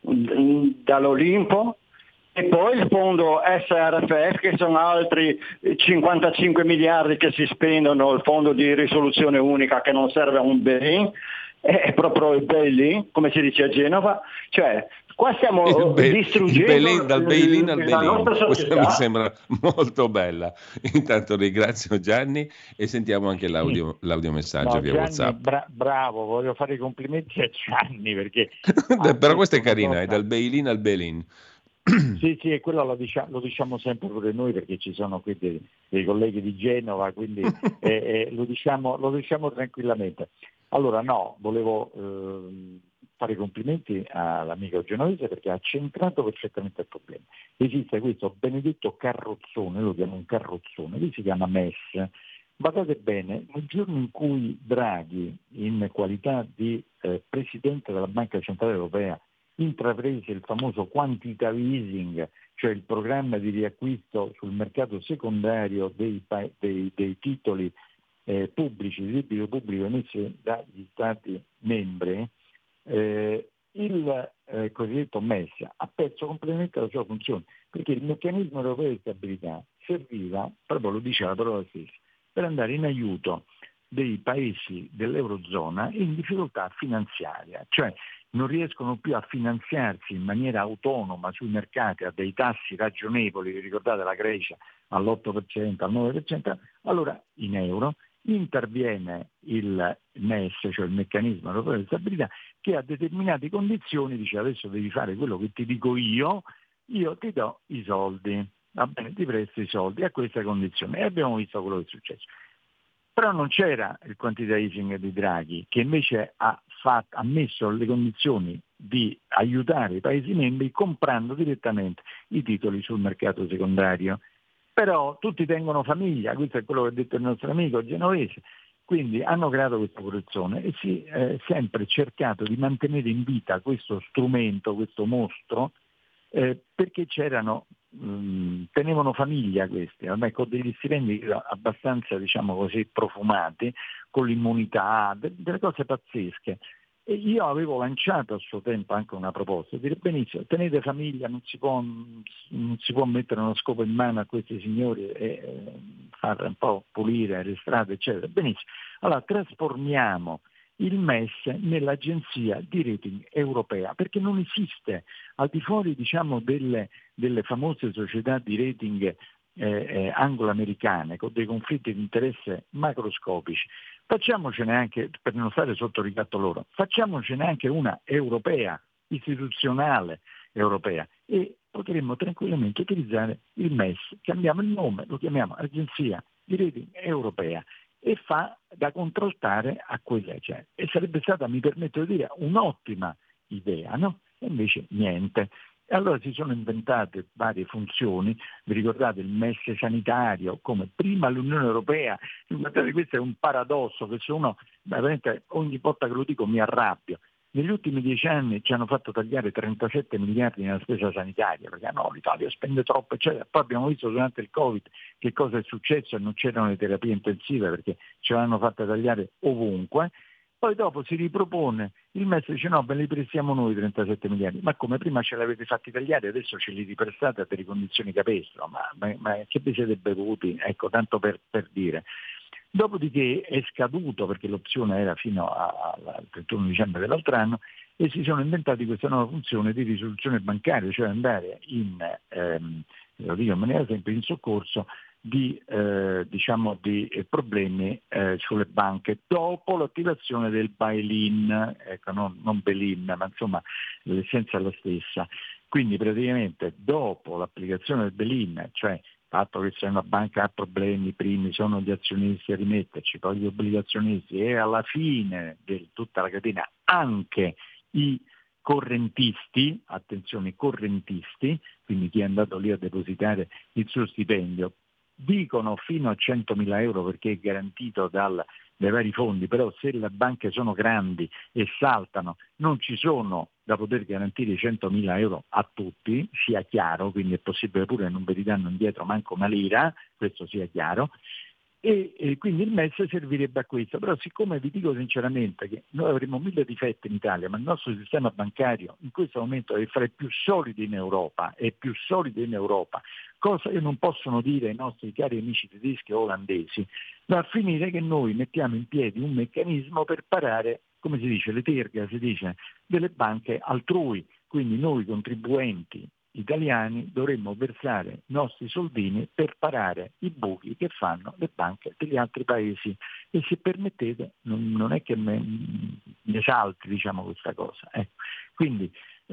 dall'Olimpo, e poi il fondo S R F che sono altri cinquantacinque miliardi che si spendono, il fondo di risoluzione unica che non serve a un bail-in, è proprio il bail-in, come si dice a Genova, cioè qua stiamo il be- distruggendo il bail-in, dal bail-in al la nostra bail-in. Questa società. mi sembra molto bella. Intanto ringrazio Gianni e sentiamo anche l'audio, l'audiomessaggio No, via Gianni, WhatsApp. bra- bravo, voglio fare i complimenti a Gianni perché Però questa è una carina, cosa... è dal bail-in al bail-in. Sì, sì, e quello lo diciamo, lo diciamo sempre pure noi perché ci sono qui dei, dei colleghi di Genova, quindi eh, eh, lo, diciamo, lo diciamo tranquillamente. Allora no, volevo eh, fare i complimenti all'amico genovese perché ha centrato perfettamente il problema. Esiste questo benedetto carrozzone, lo chiamo un carrozzone, lui si chiama M E S. Guardate bene, nel giorno in cui Draghi, in qualità di eh, Presidente della Banca Centrale Europea, intraprese il famoso quantitative easing, cioè il programma di riacquisto sul mercato secondario dei, dei, dei titoli eh, pubblici, di debito pubblico emessi dagli Stati membri, eh, il eh, cosiddetto M E S ha perso completamente la sua funzione, perché il meccanismo europeo di stabilità serviva, proprio lo dice la parola stessa, per andare in aiuto dei paesi dell'Eurozona in difficoltà finanziaria, cioè non riescono più a finanziarsi in maniera autonoma sui mercati a dei tassi ragionevoli, ricordate la Grecia all'otto per cento, al nove per cento, allora in euro interviene il M E S, cioè il meccanismo europeo di stabilità, che a determinate condizioni dice adesso devi fare quello che ti dico io, io ti do i soldi, va bene, ti presto i soldi a queste condizioni, e abbiamo visto quello che è successo. Però non c'era il quantitative easing di Draghi, che invece ha, fatto, ha messo le condizioni di aiutare i Paesi membri comprando direttamente i titoli sul mercato secondario. Però tutti tengono famiglia, questo è quello che ha detto il nostro amico genovese, quindi hanno creato questa corruzione e si è sempre cercato di mantenere in vita questo strumento, questo mostro, eh, perché c'erano, mh, tenevano famiglia questi, ormai con degli stipendi abbastanza, diciamo così, profumati, con l'immunità, de- delle cose pazzesche. E io avevo lanciato a suo tempo anche una proposta, dire benissimo, tenete famiglia, non si può, non si può mettere uno scopo in mano a questi signori e eh, fare un po' pulire le strade, eccetera. Benissimo, allora trasformiamo il M E S nell'agenzia di rating europea, perché non esiste al di fuori, diciamo, delle, delle famose società di rating eh, eh, anglo-americane con dei conflitti di interesse macroscopici. Facciamocene anche, per non stare sotto ricatto loro, facciamocene anche una europea, istituzionale europea, e potremmo tranquillamente utilizzare il M E S, cambiamo il nome, lo chiamiamo Agenzia di Rating Europea e fa da contraltare a quella, cioè, e sarebbe stata, mi permetto di dire, un'ottima idea, no? E invece niente. E allora si sono inventate varie funzioni, vi ricordate il M E S sanitario, come prima l'Unione Europea, guardate, questo è un paradosso, che se uno, veramente ogni volta che lo dico mi arrabbio, negli ultimi dieci anni ci hanno fatto tagliare trentasette miliardi nella spesa sanitaria, perché no, l'Italia spende troppo, eccetera. Poi abbiamo visto durante il Covid che cosa è successo e non c'erano le terapie intensive perché ce l'hanno fatta tagliare ovunque. Poi dopo si ripropone, il M E S dice no, ve li prestiamo noi trentasette miliardi, ma come prima ce l'avete fatti tagliare, adesso ce li riprestate per ricondizioni capestro, ma, ma, ma che vi siete bevuti? Ecco, tanto per, per dire. Dopodiché è scaduto, perché l'opzione era fino a, a, al trentuno dicembre dell'altro anno, e si sono inventati questa nuova funzione di risoluzione bancaria, cioè andare in, ehm, lo dico in maniera semplice, in soccorso di, eh, diciamo di eh, problemi eh, sulle banche dopo l'attivazione del bail-in, ecco, non, non bail-in, ma insomma l'essenza è la stessa. Quindi praticamente dopo l'applicazione del bail-in, cioè il fatto che se una banca ha problemi, i primi sono gli azionisti a rimetterci, poi gli obbligazionisti e alla fine di tutta la catena anche i correntisti, attenzione, correntisti, quindi chi è andato lì a depositare il suo stipendio, dicono fino a centomila euro perché è garantito dal, dai vari fondi, però se le banche sono grandi e saltano non ci sono da poter garantire i centomila euro a tutti, sia chiaro, quindi è possibile pure non ve li danno indietro manco una lira, questo sia chiaro, e, e quindi il M E S servirebbe a questo, però siccome vi dico sinceramente che noi avremo mille difetti in Italia, ma il nostro sistema bancario in questo momento è fra i più solidi in Europa, è più solido in Europa, cosa che non possono dire i nostri cari amici tedeschi o olandesi, va a finire che noi mettiamo in piedi un meccanismo per parare, come si dice, le terga, si dice, delle banche altrui, quindi noi contribuenti italiani dovremmo versare i nostri soldini per parare i buchi che fanno le banche degli altri paesi, e se permettete non, non è che mi esalti, diciamo, questa cosa, ecco. Quindi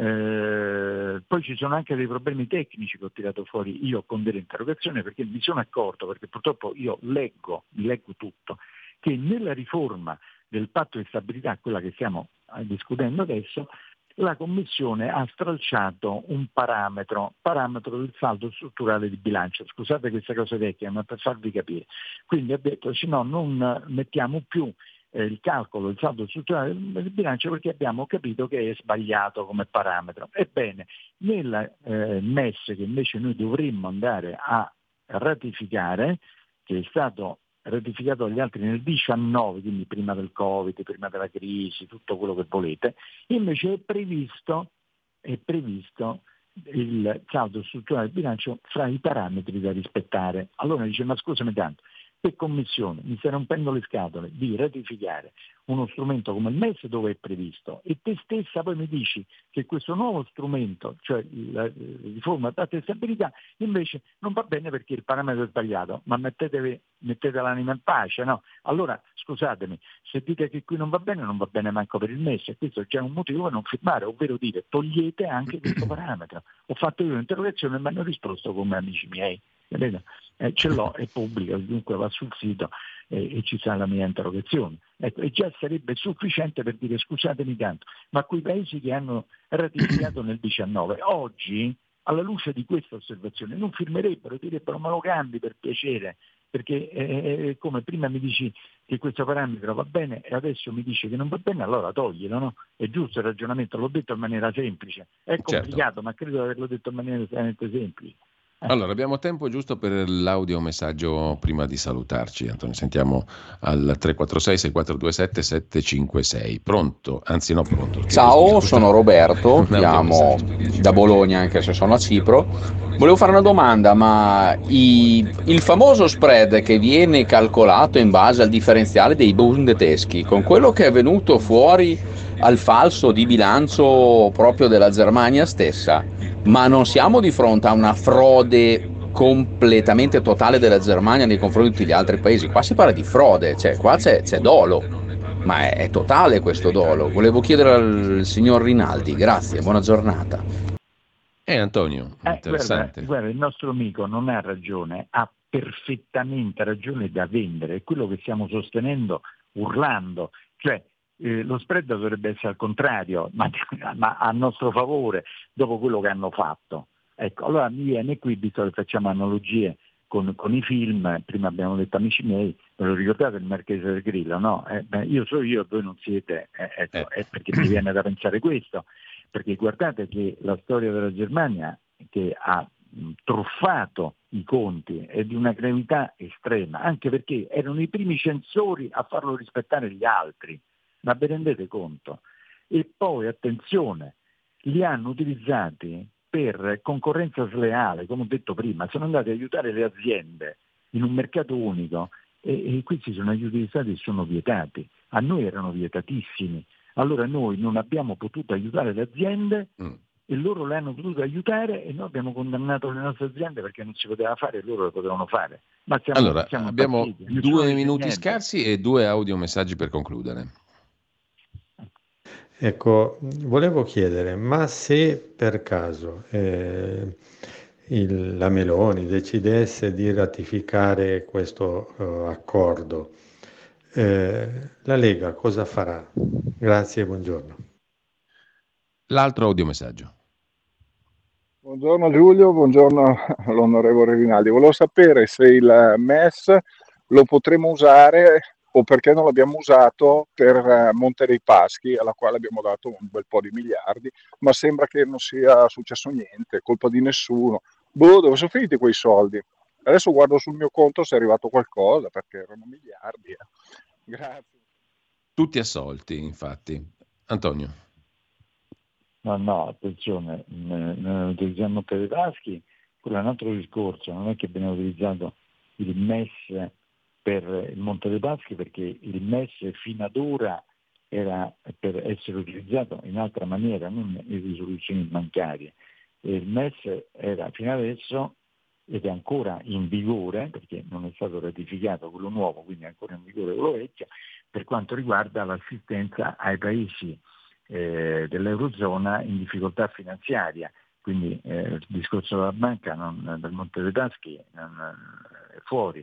eh, poi ci sono anche dei problemi tecnici che ho tirato fuori io con delle interrogazioni, perché mi sono accorto, perché purtroppo io leggo, leggo tutto, che nella riforma del patto di stabilità, quella che stiamo discutendo adesso, la Commissione ha stralciato un parametro, parametro del saldo strutturale di bilancio. Scusate queste cose vecchie, ma per farvi capire. Quindi ha detto, se no non mettiamo più eh, il calcolo del saldo strutturale del bilancio perché abbiamo capito che è sbagliato come parametro. Ebbene, nel eh, M E S che invece noi dovremmo andare a ratificare, che è stato ratificato dagli altri nel diciannove, quindi prima del Covid, prima della crisi, tutto quello che volete, invece è previsto, è previsto il saldo strutturale del bilancio fra i parametri da rispettare. Allora dice, ma scusami tanto, che commissione, mi stai rompendo le scatole di ratificare uno strumento come il M E S dove è previsto, e te stessa poi mi dici che questo nuovo strumento, cioè la riforma patto di stabilità, invece non va bene perché il parametro è sbagliato, ma mettete, mettete l'anima in pace, no? Allora scusatemi, se dite che qui non va bene, non va bene manco per il M E S, e questo è già un motivo per non firmare, ovvero dire togliete anche questo parametro. Ho fatto io un'interrogazione e mi hanno risposto come amici miei. Eh, ce l'ho, è pubblica, dunque va sul sito eh, e ci sarà la mia interrogazione. Ecco, e già sarebbe sufficiente per dire scusatemi tanto, ma quei paesi che hanno ratificato nel diciannove, oggi alla luce di questa osservazione non firmerebbero, direbbero ma lo cambi per piacere, perché è come prima mi dici che questo parametro va bene e adesso mi dice che non va bene, allora toglielo, no? È giusto il ragionamento, l'ho detto in maniera semplice, è complicato, certo, ma credo di averlo detto in maniera estremamente semplice. Allora, abbiamo tempo giusto per l'audiomessaggio prima di salutarci, Antonio. Sentiamo al tre quattro sei sei quattro due sette sette cinque sei. Pronto? Anzi no, pronto. Ciao, sono Roberto, chiamo da Bologna anche se sono a Cipro. Volevo fare una domanda, ma i, il famoso spread che viene calcolato in base al differenziale dei Bund tedeschi, con quello che è venuto fuori al falso di bilancio proprio della Germania stessa, ma non siamo di fronte a una frode completamente totale della Germania nei confronti di tutti gli altri paesi? Qua si parla di frode, cioè qua c'è, c'è dolo, ma è, è totale questo dolo. Volevo chiedere al signor Rinaldi, grazie, buona giornata. Eh Antonio, interessante. Eh, guarda, guarda, il nostro amico non ha ragione, ha perfettamente ragione da vendere, è quello che stiamo sostenendo urlando, cioè Eh, lo spread dovrebbe essere al contrario, ma, ma a nostro favore, dopo quello che hanno fatto. Ecco, allora mi viene qui, visto che facciamo analogie con, con i film, prima abbiamo detto amici miei, ve lo ricordate il Marchese del Grillo, no? Eh, beh, io so io, voi non siete, eh, ecco, è perché mi viene da pensare questo, perché guardate che la storia della Germania, che ha mh, truffato i conti, è di una gravità estrema, anche perché erano i primi censori a farlo rispettare gli altri. Ma vi rendete conto? E poi, attenzione, li hanno utilizzati per concorrenza sleale, come ho detto prima, sono andati ad aiutare le aziende in un mercato unico e, e questi sono aiuti di Stato e sono vietati. A noi erano vietatissimi, allora noi non abbiamo potuto aiutare le aziende mm. e loro le hanno potuto aiutare e noi abbiamo condannato le nostre aziende perché non si poteva fare e loro le potevano fare. Ma siamo, allora, siamo abbiamo partiti, due minuti scarsi e due audiomessaggi per concludere. Ecco, volevo chiedere, ma se per caso eh, il, la Meloni decidesse di ratificare questo uh, accordo, eh, la Lega cosa farà? Grazie e buongiorno. L'altro audiomessaggio. Buongiorno Giulio, buongiorno all'onorevole Rinaldi. Volevo sapere se il M E S lo potremo usare o perché non l'abbiamo usato per Monte dei Paschi, alla quale abbiamo dato un bel po' di miliardi, ma sembra che non sia successo niente, colpa di nessuno. Boh, dove sono finiti quei soldi? Adesso guardo sul mio conto se è arrivato qualcosa, perché erano miliardi. Eh. Grazie. Tutti assolti, infatti. Antonio. No, no, attenzione, noi utilizziamo Monte dei Paschi, quello è un altro discorso, non è che abbiamo utilizzato il M E S per il Monte dei Paschi, perché il M E S fino ad ora era per essere utilizzato in altra maniera, non in risoluzioni bancarie. E il M E S era fino adesso ed è ancora in vigore, perché non è stato ratificato quello nuovo, quindi è ancora in vigore quello vecchio, per quanto riguarda l'assistenza ai paesi eh, dell'Eurozona in difficoltà finanziaria. Quindi eh, il discorso della banca non, del Monte dei Paschi non, è fuori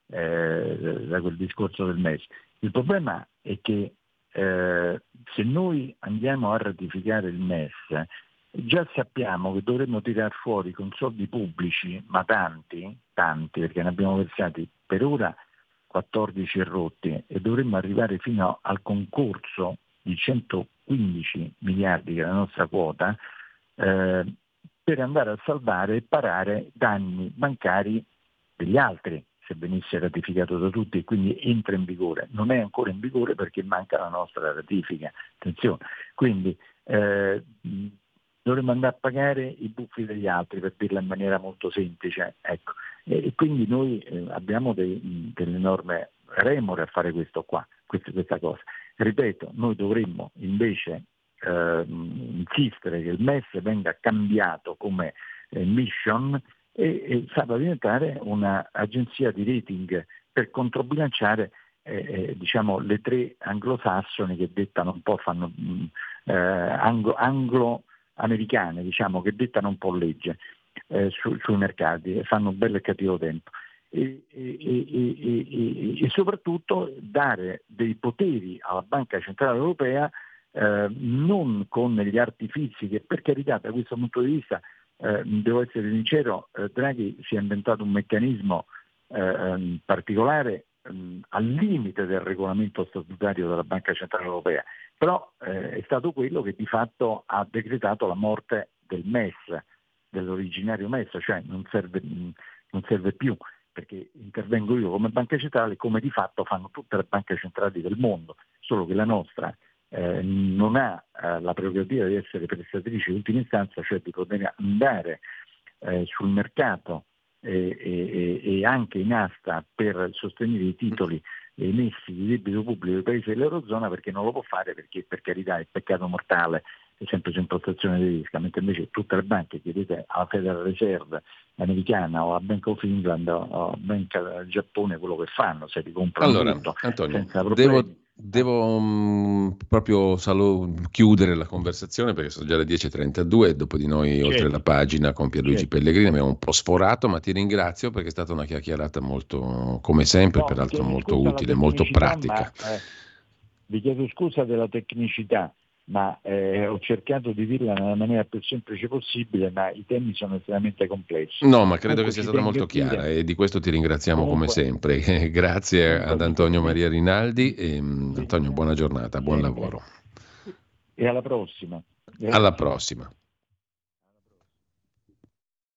Eh, da quel discorso del M E S. Il problema è che eh, se noi andiamo a ratificare il M E S già sappiamo che dovremmo tirar fuori con soldi pubblici, ma tanti, tanti, perché ne abbiamo versati per ora quattordici rotti e dovremmo arrivare fino al concorso di centoquindici miliardi, che è la nostra quota, eh, per andare a salvare e parare danni bancari degli altri, se venisse ratificato da tutti e quindi entra in vigore. Non è ancora in vigore perché manca la nostra ratifica, attenzione. Quindi eh, dovremmo andare a pagare i buffi degli altri, per dirla in maniera molto semplice. Ecco. E, e quindi noi eh, abbiamo dei, delle norme remore a fare questo qua, questa, questa cosa. Ripeto, noi dovremmo invece eh, insistere che il M E S venga cambiato come eh, mission e, e farla diventare un'agenzia di rating per controbilanciare eh, eh, diciamo, le tre anglosassoni che dettano un po', fanno eh, anglo, anglo-americane, diciamo, che dettano un po' legge eh, su, sui mercati e fanno un bello e cattivo tempo. E, e, e, e, e soprattutto dare dei poteri alla Banca Centrale Europea eh, non con gli artifici che, per carità, da questo punto di vista eh, devo essere sincero, eh, Draghi si è inventato un meccanismo eh, particolare ehm, al limite del regolamento statutario della Banca Centrale Europea, però eh, è stato quello che di fatto ha decretato la morte del M E S, dell'originario M E S, cioè non serve, non serve più, perché intervengo io come banca centrale, come di fatto fanno tutte le banche centrali del mondo, solo che la nostra eh, non ha eh, la prerogativa di essere prestatrice di ultima istanza, cioè di poter andare eh, sul mercato e, e, e anche in asta per sostenere i titoli emessi di debito pubblico dei paesi dell'Eurozona, perché non lo può fare, perché per carità è peccato mortale, è sempre su impostazione tedesca, mentre invece tutte le banche, chiedete alla Federal Reserve americana o a Bank of England o a Banca del Giappone quello che fanno, se li comprano allora, tutto Antonio, senza problemi. devo, devo um, proprio salo, chiudere la conversazione perché sono già le dieci e trentadue, dopo di noi Certo. oltre la pagina con Pierluigi Certo. Pellegrini abbiamo un po' sforato, ma ti ringrazio perché è stata una chiacchierata molto, come sempre, No, peraltro chiedo molto scusa utile, alla molto tecnicità, pratica. Ma, eh, vi chiedo scusa della tecnicità, ma eh, ho cercato di dirla nella maniera più semplice possibile, ma i temi sono estremamente complessi. No, ma credo Comunque che sia ci stata tengo molto a dire- chiara e di questo ti ringraziamo Comunque- come sempre. Grazie Comunque ad mi- Antonio mi- Maria Rinaldi e mm, Sì. Antonio, buona giornata, buon Sempre. lavoro. E alla prossima. Alla Grazie. prossima.